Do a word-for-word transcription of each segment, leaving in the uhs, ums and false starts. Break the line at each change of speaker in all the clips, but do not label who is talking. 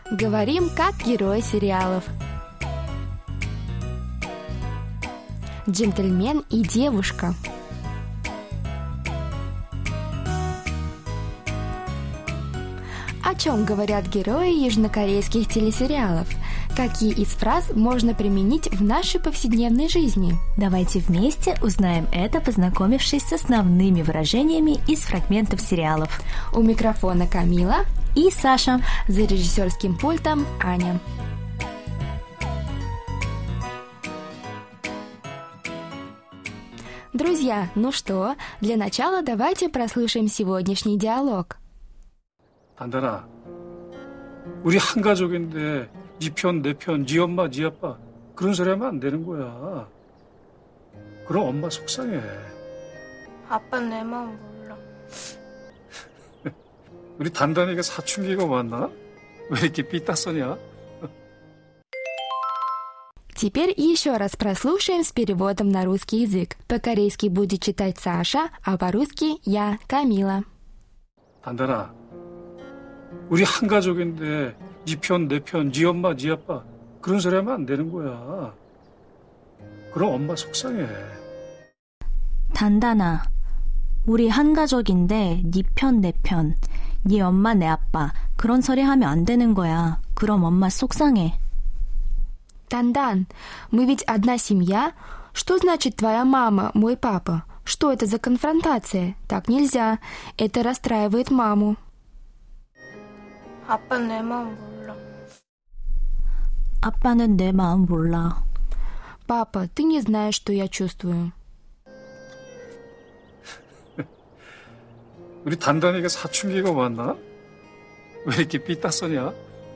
Говорим как герои сериалов. Джентльмен и девушка. О чем говорят герои южнокорейских телесериалов? Какие из фраз можно применить в нашей повседневной жизни?
Давайте вместе узнаем это, познакомившись с основными выражениями из фрагментов сериалов.
У микрофона Камила
и Саша.
За режиссерским пультом Аня. Друзья, ну что, для начала давайте прослушаем сегодняшний диалог.
단단아, 우리 한 가족인데 네 편, 내 편, 네 엄마, 네 아빠 그런 소리 하면 안 되는 거야. 그럼 엄마 속상해.
아빠 내 마음 몰라.
우리 단단이가 사춘기가 왔나? 왜 이렇게 삐딱서냐?
Теперь еще раз прослушаем с переводом на русский язык. По-корейски будет читать Саша, а по-русски я, Камила.
단단아, 우리 한 가족인데 네 편, 내 편, 네 엄마, 네 아빠 그런 소리 하면 안 되는 거야. 그럼 엄마 속상해.
단단아, 우리 한 가족인데 네 편, 내 편, 네 엄마, 내 아빠 그런 소리 하면 안 되는 거야. 그럼 엄마 속상해.
Тандан, мы ведь одна семья. Что значит твоя мама, мой папа? Что это за конфронтация? Так нельзя. Это расстраивает маму.
아빠 내 마음 몰라.
아빠는 내 마음 몰라.
Папа, ты не знаешь, что я чувствую.
우리 단단이가 사춘기가 왔나? 왜 이렇게 삐딱서냐?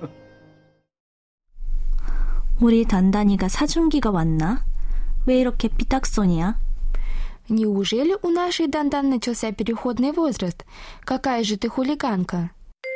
우리 단단이가 사춘기가 왔나? 왜 이렇게 삐딱서냐?
Неужели у нашей Дандан начался переходный возраст? Какая же ты хулиганка?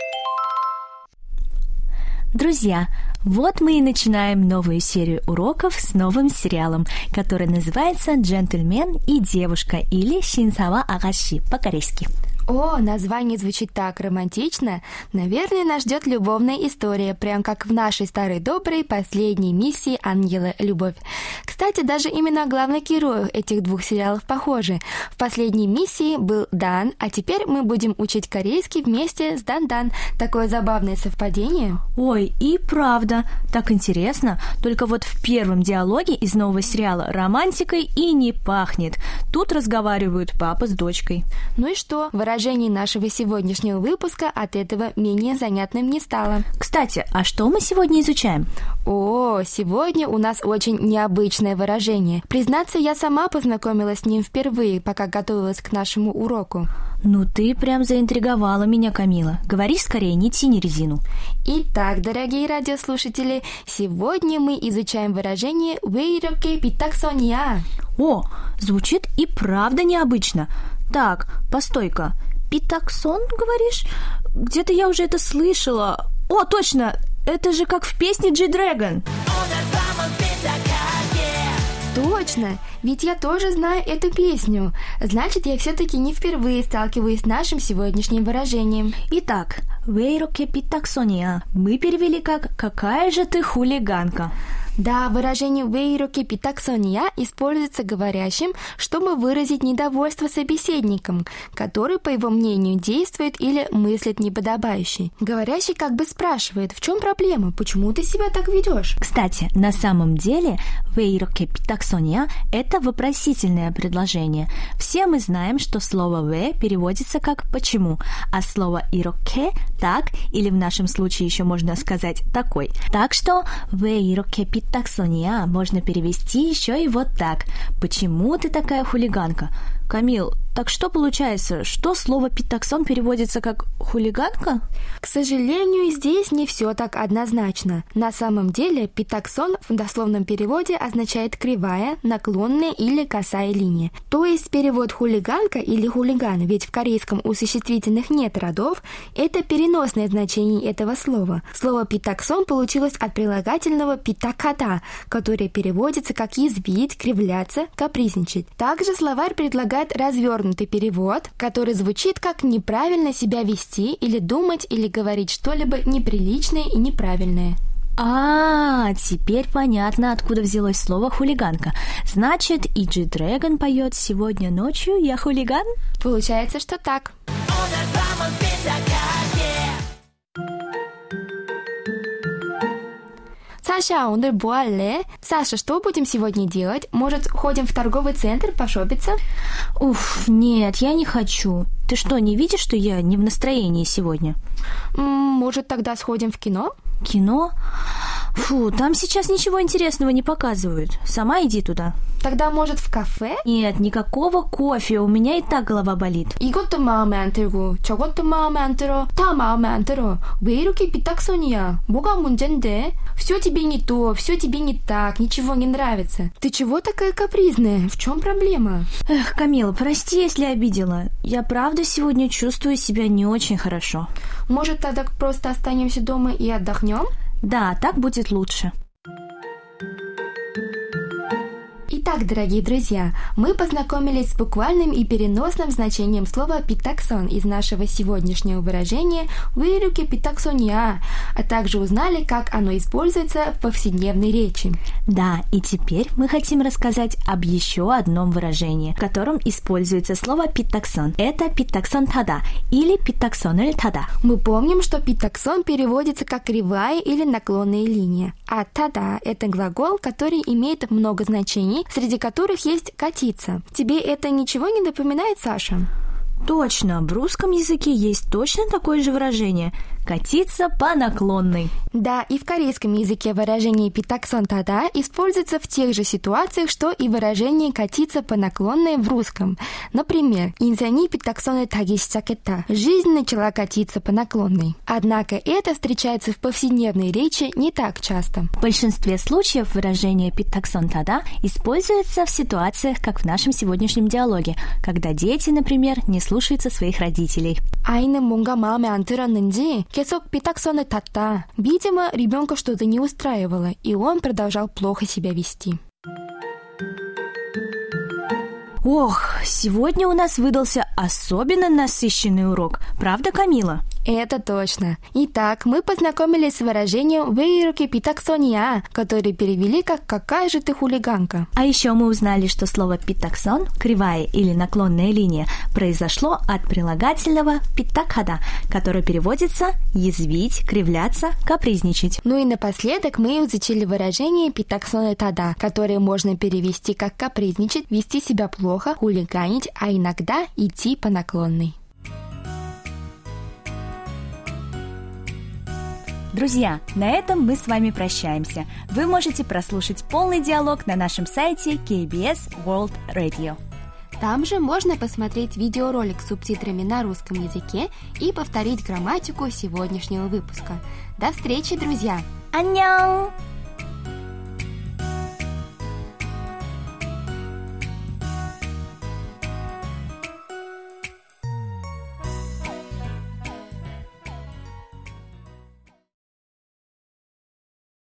Друзья, вот мы и начинаем новую серию уроков с новым сериалом, который называется «Джентльмен и девушка» или «Шинсава Агаши» по-корейски.
О, название звучит так романтично. Наверное, нас ждет любовная история, прям как в нашей старой доброй последней миссии «Ангелы. Любовь». Кстати, даже имена главных героев этих двух сериалов похожи. В последней миссии был Дан, а теперь мы будем учить корейский вместе с Дандан. Такое забавное совпадение.
Ой, и правда, так интересно. Только вот в первом диалоге из нового сериала романтикой и не пахнет. Тут разговаривают папа с дочкой.
Ну и что? Выражение нашего сегодняшнего выпуска от этого менее занятным не стало.
Кстати, а что мы сегодня изучаем?
О, сегодня у нас очень необычное выражение. Признаться, я сама познакомилась с ним впервые, пока готовилась к нашему уроку.
Ну ты прям заинтриговала меня, Камила. Говори скорее, не тяни резину.
Итак, дорогие радиослушатели, сегодня мы изучаем выражение «왜 이렇게 삐딱서냐».
О, звучит и правда необычно. Так, постой-ка, питаксон, говоришь? Где-то я уже это слышала. О, точно, это же как в песне G-Dragon.
Точно, ведь я тоже знаю эту песню. Значит, я все-таки не впервые сталкиваюсь с нашим сегодняшним выражением.
Итак, «왜 이렇게 삐딱서냐» мы перевели как «какая же ты хулиганка».
Да, выражение «왜 이렇게 삐딱서냐» используется говорящим, чтобы выразить недовольство собеседником, который, по его мнению, действует или мыслит неподобающе. Говорящий как бы спрашивает, в чем проблема, почему ты себя так ведешь?
Кстати, на самом деле «왜 이렇게 삐딱서냐» — это вопросительное предложение. Все мы знаем, что слово «왜» переводится как «почему», а слово «이렇게» — «так», или в нашем случае еще можно сказать «такой». Так что «왜 이렇게 삐딱서냐» можно перевести еще и вот так. «Почему ты такая хулиганка?» Камил, так что получается, что слово «питаксон» переводится как «хулиганка»?
К сожалению, здесь не все так однозначно. На самом деле, питаксон в дословном переводе означает кривая, наклонная или косая линия. То есть перевод «хулиганка» или «хулиган», ведь в корейском у существительных нет родов, это переносное значение этого слова. Слово «питаксон» получилось от прилагательного «питаката», которое переводится как «язвить», «кривляться», «капризничать». Также словарь предлагает развернутый развернутый перевод, который звучит как неправильно себя вести или думать или говорить что-либо неприличное и неправильное.
А, теперь понятно, откуда взялось слово хулиганка. Значит, и G-Dragon поет «Сегодня ночью я хулиган»?
Получается, что так. Саша, 오늘 뭐 할래? Саша, что будем сегодня делать? Может, ходим в торговый центр пошопиться?
Уф, нет, я не хочу. Ты что, не видишь, что я не в настроении сегодня?
М, может, тогда сходим в кино?
Кино? Фу, там сейчас ничего интересного не показывают. Сама иди туда.
Тогда, может, в кафе?
Нет, никакого кофе, у меня и так голова болит.
이것도 마음에 안 들고 저것도 마음에 안 들어. 다 마음에 안 들어. 왜 이렇게 삐딱선이야? 뭐가 문제인데? Все тебе не то, все тебе не так, ничего не нравится. Ты чего такая капризная? В чем проблема?
Эх, Камила, прости, если обидела. Я правда сегодня чувствую себя не очень хорошо.
Может, тогда просто останемся дома и отдохнем?
Да, так будет лучше.
Итак, дорогие друзья, мы познакомились с буквальным и переносным значением слова «питаксон» из нашего сегодняшнего выражения «Вы руки питаксонья», а также узнали, как оно используется в повседневной речи.
Да, и теперь мы хотим рассказать об еще одном выражении, в котором используется слово «питаксон». Это «питаксон тада» или «питаксон을 тада».
Мы помним, что «питаксон» переводится как «кривая» или «наклонная линия», а «тада» — это глагол, который имеет много значений, среди которых есть «катиться». Тебе это ничего не напоминает, Саша?
Точно, в русском языке есть точно такое же выражение – «катиться по наклонной».
Да, и в корейском языке выражение «питаксон тада» используется в тех же ситуациях, что и выражение «катиться по наклонной» в русском. Например, «인생이 питаксон을 타기 시작했다» – «жизнь начала катиться по наклонной». Однако это встречается в повседневной речи не так часто.
В большинстве случаев выражение «питаксон тада» используется в ситуациях, как в нашем сегодняшнем диалоге, когда дети, например, не слушаются своих родителей.
아이는 뭔가 마음에 안 들었는지 계속 삐딱선을 탔다. Видимо, ребенка что-то не устраивало, и он продолжал плохо себя вести.
Ох, сегодня у нас выдался особенно насыщенный урок. Правда, Камила?
Это точно. Итак, мы познакомились с выражением «Вы 이렇게 삐딱선이야», которое перевели как «какая же ты хулиганка».
А еще мы узнали, что слово «питаксон» – кривая или наклонная линия – произошло от прилагательного «питакхада», которое переводится «язвить», «кривляться», «капризничать».
Ну и напоследок мы изучили выражение «питаксон을 тада», которое можно перевести как «капризничать», «вести себя плохо», «хулиганить», а иногда «идти по наклонной».
Друзья, на этом мы с вами прощаемся. Вы можете прослушать полный диалог на нашем сайте кей би эс World Radio.
Там же можно посмотреть видеоролик с субтитрами на русском языке и повторить грамматику сегодняшнего выпуска. До встречи, друзья!
안녕!